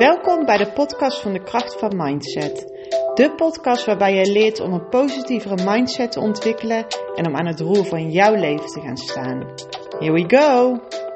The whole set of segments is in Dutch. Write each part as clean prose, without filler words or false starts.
Welkom bij de podcast van de Kracht van Mindset. De podcast waarbij je leert om een positievere mindset te ontwikkelen en om aan het roer van jouw leven te gaan staan. Here we go!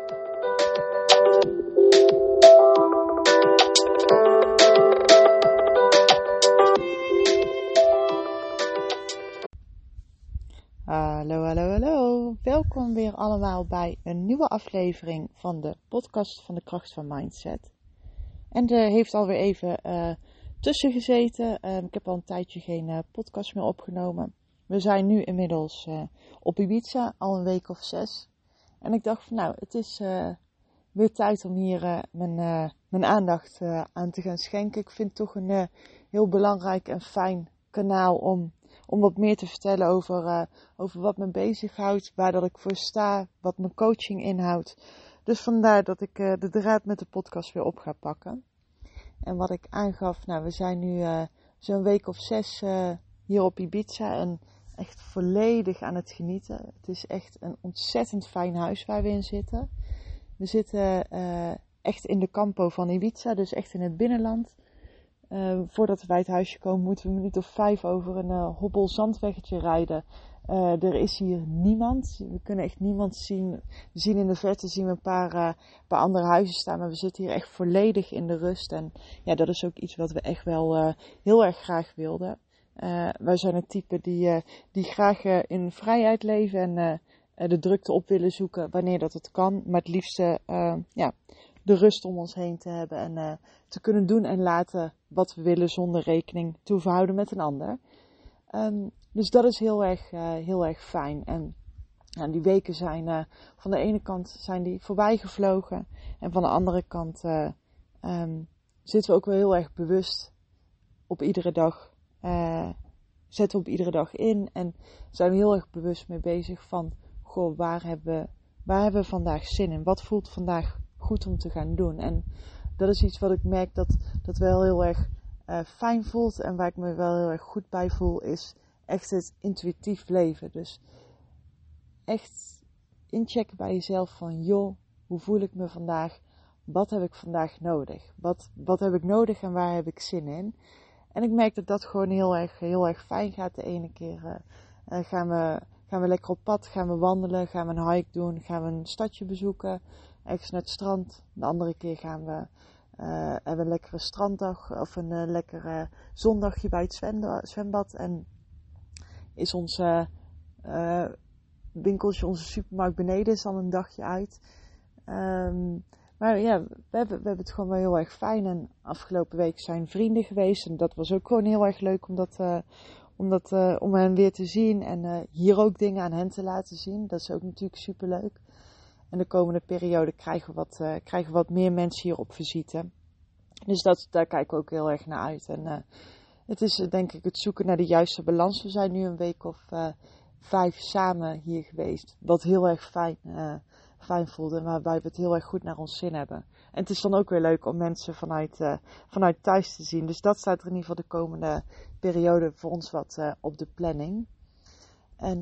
Hallo. Welkom weer allemaal bij een nieuwe aflevering van de podcast van de Kracht van Mindset. En er heeft alweer even tussen gezeten. Ik heb al een tijdje geen podcast meer opgenomen. We zijn nu inmiddels op Ibiza, al een week of 6. En ik dacht van het is weer tijd om hier mijn aandacht aan te gaan schenken. Ik vind het toch een heel belangrijk en fijn kanaal om wat meer te vertellen over wat me bezighoudt, waar dat ik voor sta, wat mijn coaching inhoudt. Dus vandaar dat ik de draad met de podcast weer op ga pakken. En wat ik aangaf, we zijn nu zo'n week of 6 hier op Ibiza en echt volledig aan het genieten. Het is echt een ontzettend fijn huis waar we in zitten. We zitten echt in de campo van Ibiza, dus echt in het binnenland. Voordat we bij het huisje komen moeten we een minuut of 5 over een hobbel zandweggetje rijden. Er is hier niemand. We kunnen echt niemand zien. We zien in de verte een paar andere huizen staan. Maar we zitten hier echt volledig in de rust. En ja, dat is ook iets wat we echt wel heel erg graag wilden. Wij zijn het type die graag in vrijheid leven. En de drukte op willen zoeken wanneer dat het kan. Maar het liefste de rust om ons heen te hebben. En te kunnen doen en laten wat we willen zonder rekening te hoeven houden met een ander. Dus dat is heel erg fijn. En die weken zijn van de ene kant zijn die voorbij gevlogen. En van de andere kant zitten we ook wel heel erg bewust op iedere dag. Zetten we op iedere dag in. En zijn we heel erg bewust mee bezig van, waar hebben we vandaag zin in? Wat voelt vandaag goed om te gaan doen? En dat is iets wat ik merk dat wel heel erg fijn voelt. En waar ik me wel heel erg goed bij voel is echt het intuïtief leven. Dus echt inchecken bij jezelf van, hoe voel ik me vandaag? Wat heb ik vandaag nodig? Wat heb ik nodig en waar heb ik zin in? En ik merk dat dat gewoon heel erg fijn gaat. De ene keer gaan we lekker op pad, gaan we wandelen, gaan we een hike doen, gaan we een stadje bezoeken, ergens naar het strand. De andere keer hebben we een lekkere stranddag of een lekkere zondagje bij het zwembad. En is ons winkeltje, onze supermarkt beneden is dan een dagje uit. Maar ja, we hebben het gewoon wel heel erg fijn. En afgelopen week zijn vrienden geweest. En dat was ook gewoon heel erg leuk om hen weer te zien. En hier ook dingen aan hen te laten zien. Dat is ook natuurlijk superleuk. En de komende periode krijgen we wat meer mensen hier op visite. Dus daar kijken we ook heel erg naar uit. En het is denk ik het zoeken naar de juiste balans. We zijn nu een week of 5 samen hier geweest. Wat heel erg fijn voelde. En waarbij we het heel erg goed naar ons zin hebben. En het is dan ook weer leuk om mensen vanuit thuis te zien. Dus dat staat er in ieder geval de komende periode voor ons wat op de planning. En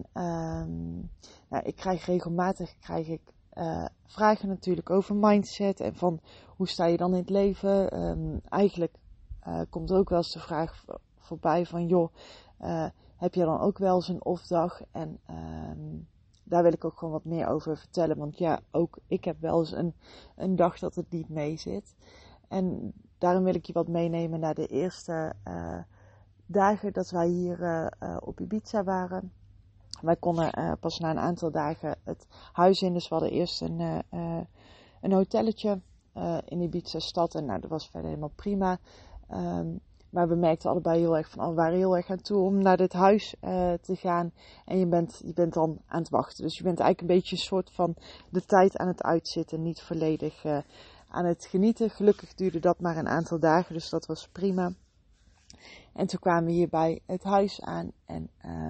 ik krijg regelmatig vragen natuurlijk over mindset. En van hoe sta je dan in het leven? Eigenlijk komt er ook wel eens de vraag voorbij van heb je dan ook wel eens een off-dag? En daar wil ik ook gewoon wat meer over vertellen. Want ja, ook ik heb wel eens een dag dat het niet mee zit. En daarom wil ik je wat meenemen naar de eerste dagen dat wij hier op Ibiza waren. Wij konden pas na een aantal dagen het huis in. Dus we hadden eerst een hotelletje in Ibiza stad. En dat was verder helemaal prima. Maar we merkten allebei heel erg we waren heel erg aan toe om naar dit huis te gaan. En je bent dan aan het wachten. Dus je bent eigenlijk een beetje een soort van de tijd aan het uitzitten. Niet volledig aan het genieten. Gelukkig duurde dat maar een aantal dagen. Dus dat was prima. En toen kwamen we hier bij het huis aan. En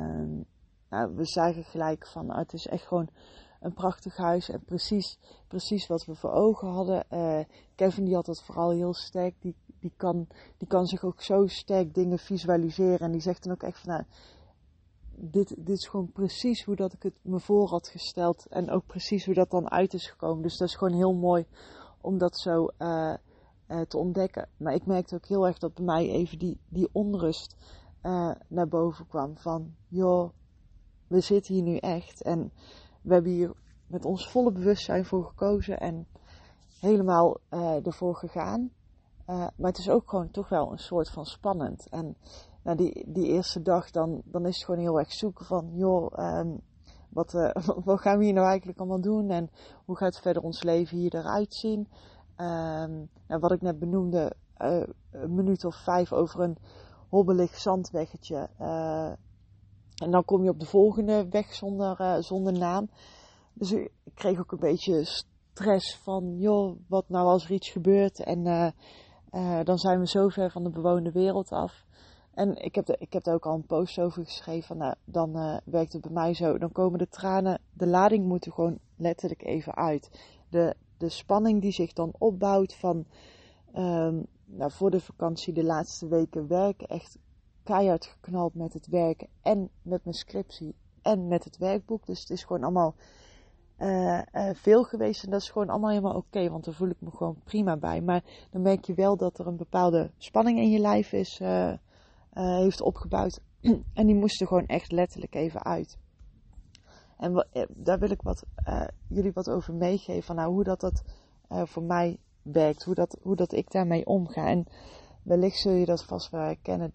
we zagen gelijk van, het is echt gewoon een prachtig huis. En precies wat we voor ogen hadden. Kevin die had dat vooral heel sterk. Die kan zich ook zo sterk dingen visualiseren. En die zegt dan ook echt van, dit is gewoon precies hoe dat ik het me voor had gesteld. En ook precies hoe dat dan uit is gekomen. Dus dat is gewoon heel mooi om dat zo te ontdekken. Maar ik merkte ook heel erg dat bij mij even die onrust naar boven kwam. Van, joh, we zitten hier nu echt. En we hebben hier met ons volle bewustzijn voor gekozen. En helemaal ervoor gegaan. Maar het is ook gewoon toch wel een soort van spannend. En die eerste dag, dan is het gewoon heel erg zoeken van, joh, wat gaan we hier nou eigenlijk allemaal doen? En hoe gaat verder ons leven hier eruit zien? Wat ik net benoemde, een minuut of 5 over een hobbelig zandweggetje. En dan kom je op de volgende weg zonder naam. Dus ik kreeg ook een beetje stress van, joh, wat nou als er iets gebeurt? En dan zijn we zo ver van de bewoonde wereld af. En ik heb daar ook al een post over geschreven. Van, nou, dan werkt het bij mij zo. Dan komen de tranen, de lading moet er gewoon letterlijk even uit. De spanning die zich dan opbouwt van voor de vakantie, de laatste weken werken. Echt keihard geknald met het werken en met mijn scriptie en met het werkboek. Dus het is gewoon allemaal veel geweest. En dat is gewoon allemaal helemaal oké, want daar voel ik me gewoon prima bij. Maar dan merk je wel dat er een bepaalde spanning in je lijf heeft opgebouwd. En die moest er gewoon echt letterlijk even uit. En daar wil ik jullie wat over meegeven. Van, nou, hoe dat voor mij werkt. Hoe dat ik daarmee omga. En wellicht zul je dat vast wel herkennen.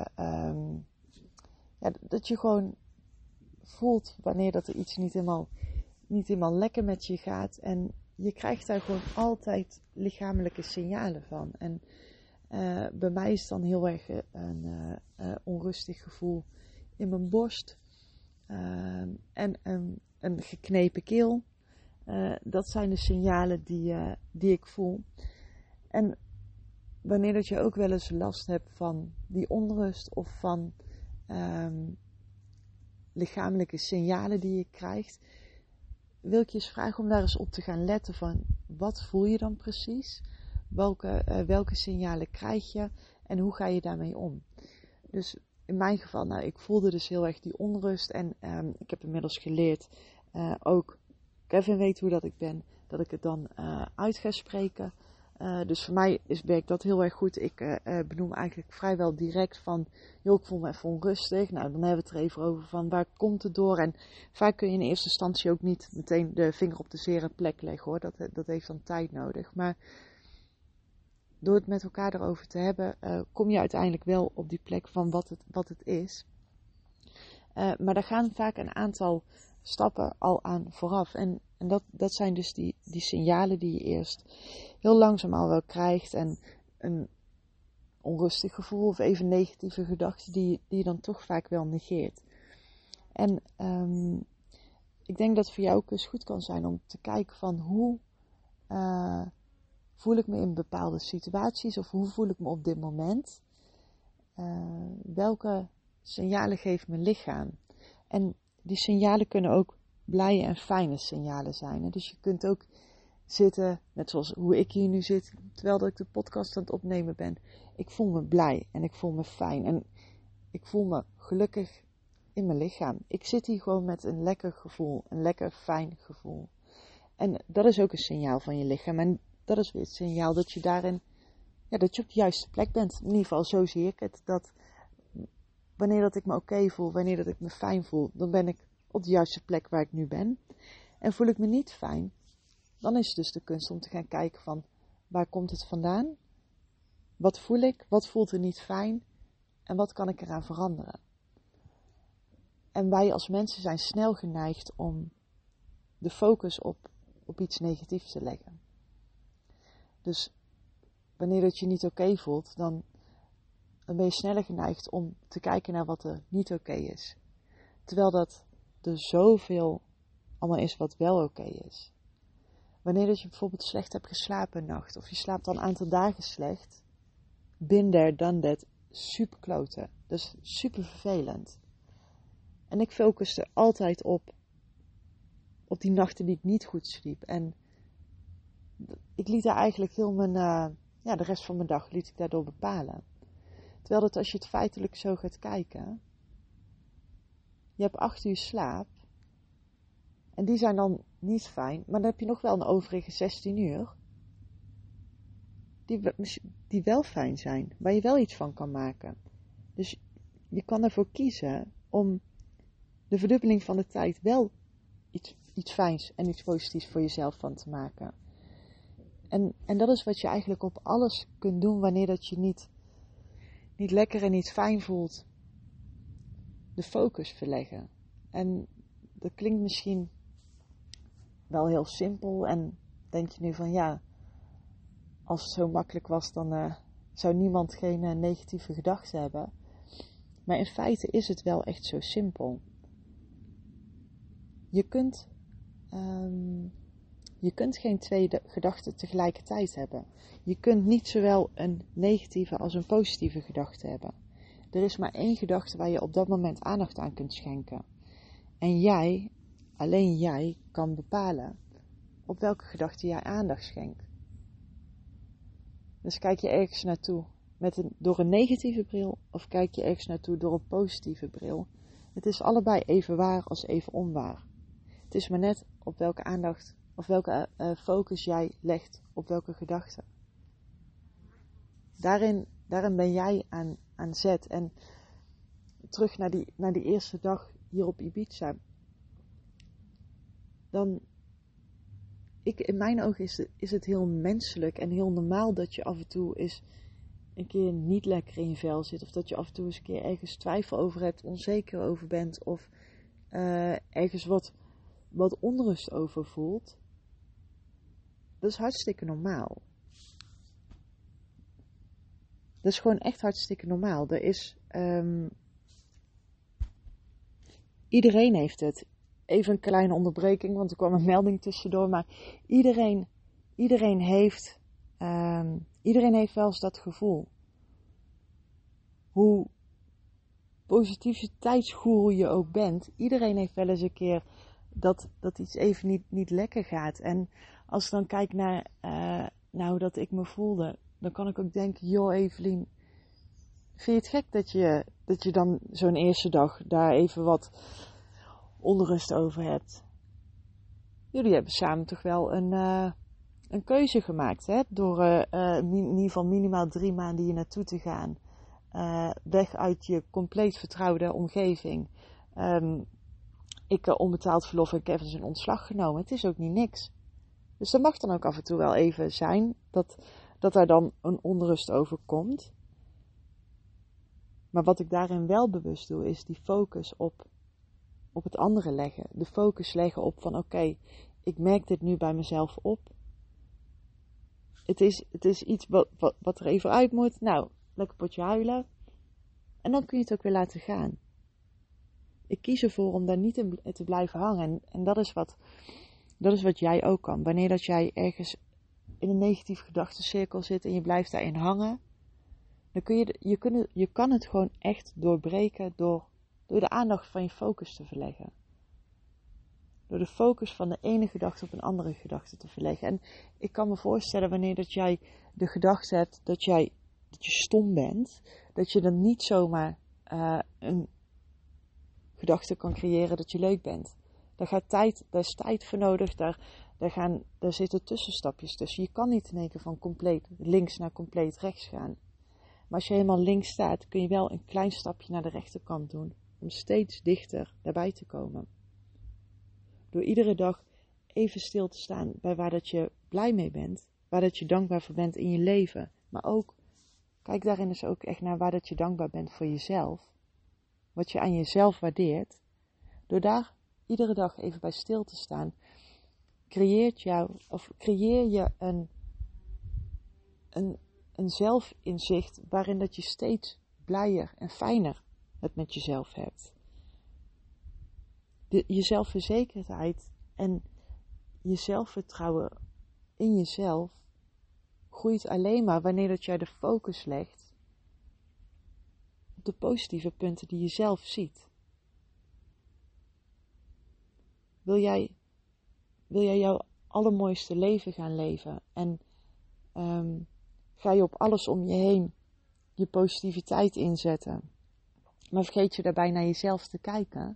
Dat je gewoon voelt wanneer dat er iets niet helemaal lekker met je gaat. En je krijgt daar gewoon altijd lichamelijke signalen van. En bij mij is het dan heel erg een onrustig gevoel in mijn borst. En een geknepen keel. Dat zijn de signalen die ik voel. En wanneer dat je ook wel eens last hebt van die onrust of van lichamelijke signalen die je krijgt, wil ik je eens vragen om daar eens op te gaan letten van, wat voel je dan precies? Welke signalen krijg je en hoe ga je daarmee om? Dus in mijn geval, nou, ik voelde dus heel erg die onrust en ik heb inmiddels geleerd, ook Kevin weet hoe dat ik ben, dat ik het dan uit ga spreken. Dus voor mij werkt dat heel erg goed. Ik benoem eigenlijk vrijwel direct van, joh, ik voel me even onrustig. Nou, dan hebben we het er even over van, waar komt het door? En vaak kun je in eerste instantie ook niet meteen de vinger op de zere plek leggen, hoor. Dat heeft dan tijd nodig. Maar door het met elkaar erover te hebben, kom je uiteindelijk wel op die plek van wat het is. Maar daar gaan vaak een aantal stappen al aan vooraf. En dat zijn dus die signalen die je eerst heel langzaam al wel krijgt. En een onrustig gevoel of even negatieve gedachten die je dan toch vaak wel negeert. En ik denk dat het voor jou ook eens goed kan zijn om te kijken van, hoe voel ik me in bepaalde situaties of hoe voel ik me op dit moment? Welke signalen geeft mijn lichaam? En die signalen kunnen ook blije en fijne signalen zijn. Hè? Dus je kunt ook zitten, net zoals hoe ik hier nu zit, terwijl dat ik de podcast aan het opnemen ben. Ik voel me blij en ik voel me fijn en ik voel me gelukkig in mijn lichaam. Ik zit hier gewoon met een lekker gevoel, een lekker fijn gevoel. En dat is ook een signaal van je lichaam. En dat is weer het signaal dat je daarin, dat je op de juiste plek bent. In ieder geval, zo zie ik het. Dat wanneer dat ik me oké voel, wanneer dat ik me fijn voel, dan ben ik op de juiste plek waar ik nu ben. En voel ik me niet fijn, dan is het dus de kunst om te gaan kijken van, waar komt het vandaan? Wat voel ik? Wat voelt er niet fijn? En wat kan ik eraan veranderen? En wij als mensen zijn snel geneigd om de focus op iets negatiefs te leggen. Dus wanneer dat je niet oké voelt, dan ben je sneller geneigd om te kijken naar wat er niet oké is. Terwijl dat er zoveel allemaal is wat wel oké is. Wanneer dat je bijvoorbeeld slecht hebt geslapen een nacht, of je slaapt al een aantal dagen slecht, been there, done that, super kloten. Dus super vervelend. En ik focuste altijd op die nachten die ik niet goed sliep. En ik liet daar eigenlijk heel de rest van mijn dag liet ik daardoor bepalen. Terwijl dat als je het feitelijk zo gaat kijken, je hebt 8 uur slaap. En die zijn dan niet fijn, maar dan heb je nog wel een overige 16 uur. die wel fijn zijn, waar je wel iets van kan maken. Dus je kan ervoor kiezen om de verdubbeling van de tijd wel iets fijns en iets positiefs voor jezelf van te maken. En dat is wat je eigenlijk op alles kunt doen wanneer dat je niet lekker en niet fijn voelt. De focus verleggen. En dat klinkt misschien wel heel simpel en denk je nu van ja, als het zo makkelijk was dan zou niemand geen negatieve gedachten hebben. Maar in feite is het wel echt zo simpel. Je kunt geen twee gedachten tegelijkertijd hebben. Je kunt niet zowel een negatieve als een positieve gedachte hebben. Er is maar één gedachte waar je op dat moment aandacht aan kunt schenken. En alleen jij, kan bepalen op welke gedachte jij aandacht schenkt. Dus kijk je ergens naartoe door een negatieve bril of kijk je ergens naartoe door een positieve bril. Het is allebei even waar als even onwaar. Het is maar net op welke aandacht of welke focus jij legt op welke gedachte. Daarin ben jij aan zet. En terug naar die eerste dag hier op Ibiza. Dan, in mijn ogen is het heel menselijk en heel normaal dat je af en toe eens een keer niet lekker in je vel zit. Of dat je af en toe eens een keer ergens twijfel over hebt, onzeker over bent. Of ergens wat onrust over voelt. Dat is hartstikke normaal. Dat is gewoon echt hartstikke normaal. Iedereen heeft het. Even een kleine onderbreking, want er kwam een melding tussendoor. Maar iedereen heeft wel eens dat gevoel. Hoe positiviteitsgoeroe je ook bent. Iedereen heeft wel eens een keer dat iets even niet lekker gaat. En als ik dan kijk naar hoe dat ik me voelde, dan kan ik ook denken, joh Evelien, vind je het gek dat je dan zo'n eerste dag daar even wat onrust over hebt? Jullie hebben samen toch wel een keuze gemaakt, hè? Door in ieder geval minimaal 3 maanden hier naartoe te gaan. Weg uit je compleet vertrouwde omgeving. Ik onbetaald verlof en ik heb dus een ontslag genomen. Het is ook niet niks. Dus dat mag dan ook af en toe wel even zijn dat daar dan een onrust over komt. Maar wat ik daarin wel bewust doe, is die focus op het andere leggen. De focus leggen op van oké, ik merk dit nu bij mezelf op. Het is iets wat er even uit moet. Nou, lekker potje huilen. En dan kun je het ook weer laten gaan. Ik kies ervoor om daar niet in te blijven hangen. En dat is wat jij ook kan. Wanneer dat jij ergens in een negatieve gedachtencirkel zit en je blijft daarin hangen, dan je kan het gewoon echt doorbreken door de aandacht van je focus te verleggen. Door de focus van de ene gedachte op een andere gedachte te verleggen. En ik kan me voorstellen wanneer dat jij de gedachte hebt dat je stom bent, dat je dan niet zomaar een gedachte kan creëren dat je leuk bent. Daar is tijd voor nodig, daar zitten tussenstapjes tussen. Je kan niet in één keer van compleet links naar compleet rechts gaan. Maar als je helemaal links staat, kun je wel een klein stapje naar de rechterkant doen, om steeds dichter daarbij te komen. Door iedere dag even stil te staan bij waar dat je blij mee bent, waar dat je dankbaar voor bent in je leven. Maar ook, kijk daarin dus ook echt naar waar dat je dankbaar bent voor jezelf. Wat je aan jezelf waardeert. Door daar iedere dag even bij stil te staan, creëer je een zelfinzicht waarin dat je steeds blijer en fijner het met jezelf hebt. Je zelfverzekerdheid en je zelfvertrouwen in jezelf groeit alleen maar wanneer dat jij de focus legt op de positieve punten die je zelf ziet. Wil jij jouw allermooiste leven gaan leven en ga je op alles om je heen je positiviteit inzetten, maar vergeet je daarbij naar jezelf te kijken,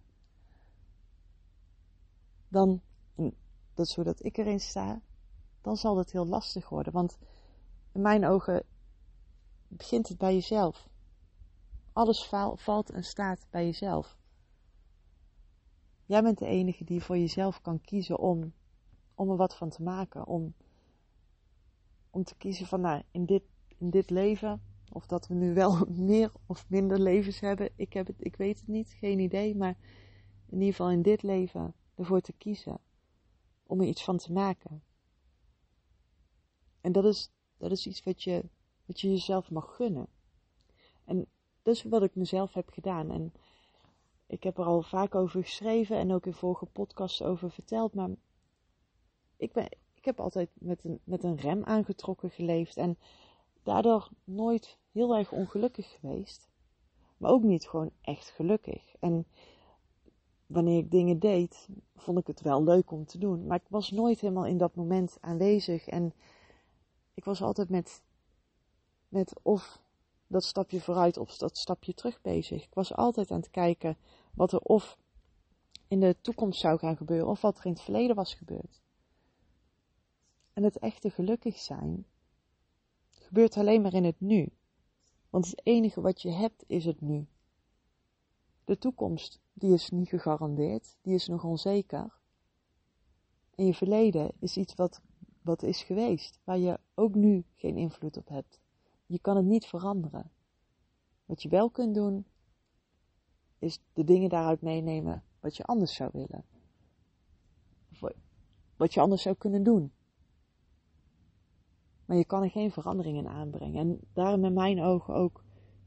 dan, dat is hoe dat ik erin sta, dan zal dat heel lastig worden. Want in mijn ogen begint het bij jezelf. Alles valt en staat bij jezelf. Jij bent de enige die voor jezelf kan kiezen om er wat van te maken. Om te kiezen van, nou, in dit leven, of dat we nu wel meer of minder levens hebben, ik weet het niet, geen idee, maar in ieder geval in dit leven ervoor te kiezen om er iets van te maken. En dat is iets wat je jezelf mag gunnen. En dat is wat ik mezelf heb gedaan. En ik heb er al vaak over geschreven en ook in vorige podcasts over verteld, maar ik heb altijd met een rem aangetrokken geleefd en daardoor nooit heel erg ongelukkig geweest, maar ook niet gewoon echt gelukkig. En wanneer ik dingen deed, vond ik het wel leuk om te doen, maar ik was nooit helemaal in dat moment aanwezig en ik was altijd met of dat stapje vooruit of dat stapje terug bezig. Ik was altijd aan het kijken wat er of in de toekomst zou gaan gebeuren of wat er in het verleden was gebeurd. En het echte gelukkig zijn gebeurt alleen maar in het nu. Want het enige wat je hebt is het nu. De toekomst, die is niet gegarandeerd, die is nog onzeker. En je verleden is iets wat is geweest, waar je ook nu geen invloed op hebt. Je kan het niet veranderen. Wat je wel kunt doen, is de dingen daaruit meenemen wat je anders zou willen. Of wat je anders zou kunnen doen. Maar je kan er geen veranderingen aanbrengen. En daarom in mijn ogen ook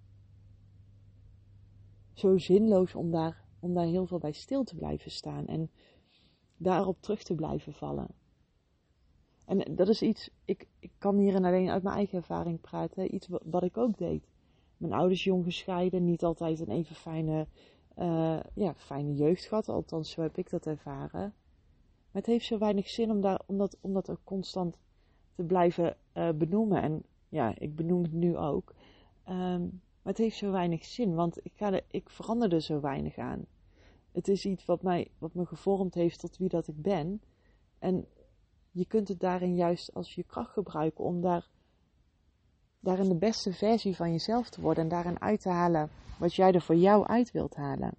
zo zinloos om daar heel veel bij stil te blijven staan. En daarop terug te blijven vallen. En dat is iets, ik kan hier en alleen uit mijn eigen ervaring praten. Iets wat ik ook deed. Mijn ouders jong gescheiden, niet altijd een even fijne jeugd gehad. Althans, zo heb ik dat ervaren. Maar het heeft zo weinig zin om dat ook constant te blijven benoemen. En ja, ik benoem het nu ook. Maar het heeft zo weinig zin, want ik verander er zo weinig aan. Het is iets wat me gevormd heeft tot wie dat ik ben. En je kunt het daarin juist als je kracht gebruiken om daarin de beste versie van jezelf te worden. En daarin uit te halen wat jij er voor jou uit wilt halen.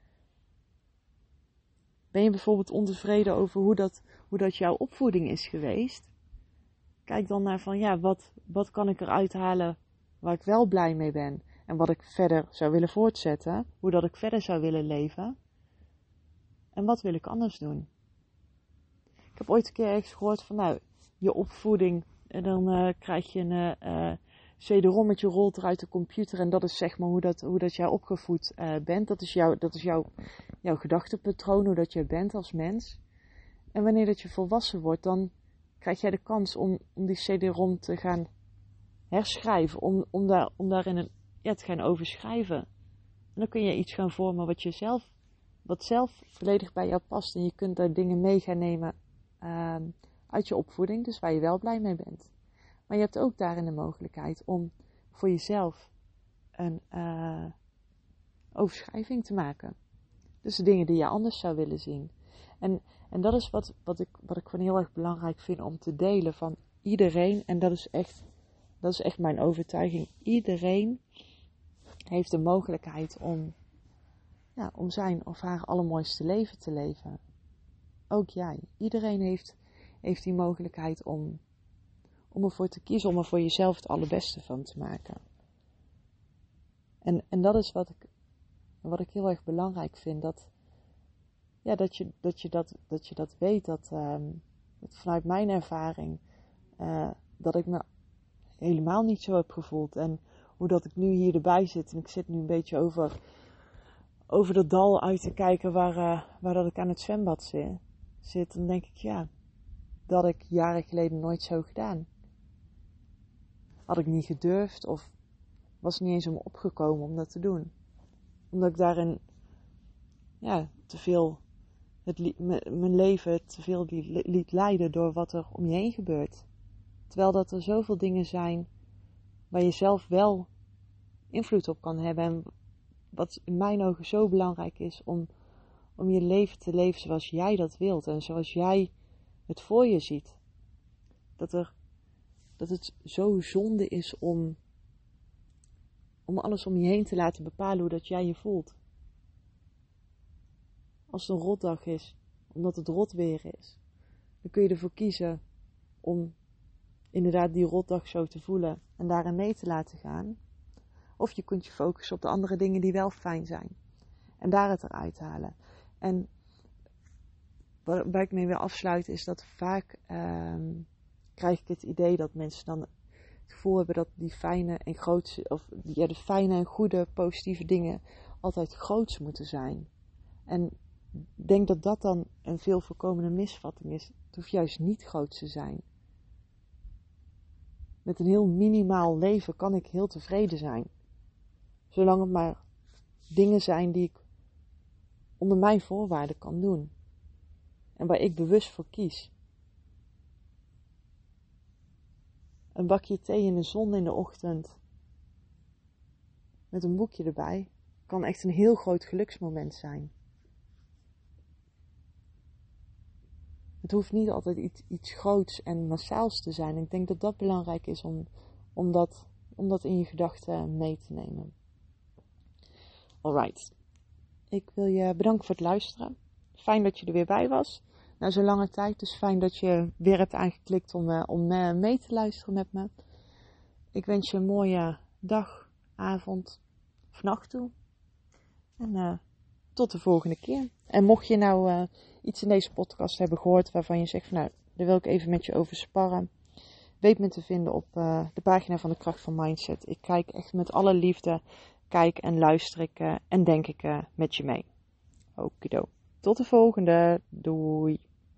Ben je bijvoorbeeld ontevreden over hoe dat jouw opvoeding is geweest? Kijk dan naar van, ja, wat kan ik eruit halen waar ik wel blij mee ben. En wat ik verder zou willen voortzetten. Hoe dat ik verder zou willen leven. En wat wil ik anders doen? Ik heb ooit een keer ergens gehoord van, nou, je opvoeding. En dan krijg je een CD-rommetje rolt er uit de computer. En dat is zeg maar hoe dat jij opgevoed bent. Dat is jouw gedachtepatroon, hoe dat jij bent als mens. En wanneer dat je volwassen wordt, dan krijg jij de kans om die CD-rom te gaan herschrijven. Om daarin te gaan overschrijven. En dan kun je iets gaan vormen wat zelf volledig bij jou past. En je kunt daar dingen mee gaan nemen uit je opvoeding. Dus waar je wel blij mee bent. Maar je hebt ook daarin de mogelijkheid om voor jezelf een overschrijving te maken. Dus de dingen die je anders zou willen zien. En dat is wat ik gewoon heel erg belangrijk vind om te delen van iedereen. En dat is echt mijn overtuiging. Iedereen heeft de mogelijkheid om zijn of haar allermooiste leven te leven. Ook jij. Iedereen heeft die mogelijkheid om ervoor te kiezen, om er voor jezelf het allerbeste van te maken. En dat is wat ik heel erg belangrijk vind. Dat je dat weet. Dat vanuit mijn ervaring dat ik me helemaal niet zo heb gevoeld. En hoe dat ik nu hier erbij zit. En ik zit nu een beetje over dat dal uit te kijken waar dat ik aan het zwembad zit. Dan denk ik, ja, dat ik jaren geleden nooit zo gedaan. Had ik niet gedurfd of was niet eens om opgekomen om dat te doen. Omdat ik daarin te veel mijn leven te veel liet leiden door wat er om je heen gebeurt. Terwijl dat er zoveel dingen zijn waar je zelf wel invloed op kan hebben. En wat in mijn ogen zo belangrijk is om je leven te leven zoals jij dat wilt. En zoals jij het voor je ziet. Dat dat het zo zonde is om alles om je heen te laten bepalen hoe dat jij je voelt. Als het een rotdag is, omdat het rot weer is, dan kun je ervoor kiezen om inderdaad die rotdag zo te voelen en daarin mee te laten gaan. Of je kunt je focussen op de andere dingen die wel fijn zijn. En daar het eruit halen. En waar ik mee wil afsluiten is dat vaak krijg ik het idee dat mensen dan het gevoel hebben dat die fijne en grootse, of de fijne en goede, positieve dingen altijd groots moeten zijn. En ik denk dat dat dan een veel voorkomende misvatting is. Het hoeft juist niet groot te zijn. Met een heel minimaal leven kan ik heel tevreden zijn. Zolang het maar dingen zijn die ik onder mijn voorwaarden kan doen. En waar ik bewust voor kies. Een bakje thee in de zon in de ochtend. Met een boekje erbij. Kan echt een heel groot geluksmoment zijn. Het hoeft niet altijd iets groots en massaals te zijn. Ik denk dat dat belangrijk is om dat in je gedachten mee te nemen. Alright. Ik wil je bedanken voor het luisteren. Fijn dat je er weer bij was. Na zo'n lange tijd. Dus fijn dat je weer hebt aangeklikt om mee te luisteren met me. Ik wens je een mooie dag, avond of nacht toe. En tot de volgende keer. En mocht je nou iets in deze podcast hebben gehoord waarvan je zegt van nou, daar wil ik even met je over sparren. Weet me te vinden op de pagina van de Kracht van Mindset. Ik kijk echt met alle liefde, kijk en luister ik en denk ik met je mee. Okido. Tot de volgende. Doei.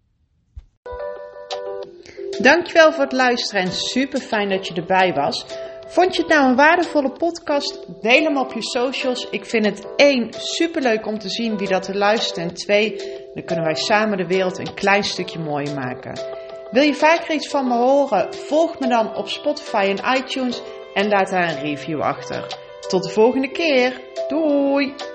Dankjewel voor het luisteren en super fijn dat je erbij was. Vond je het nou een waardevolle podcast? Deel hem op je socials. Ik vind het 1, superleuk om te zien wie dat er luistert. En 2, dan kunnen wij samen de wereld een klein stukje mooier maken. Wil je vaker iets van me horen? Volg me dan op Spotify en iTunes en laat daar een review achter. Tot de volgende keer. Doei!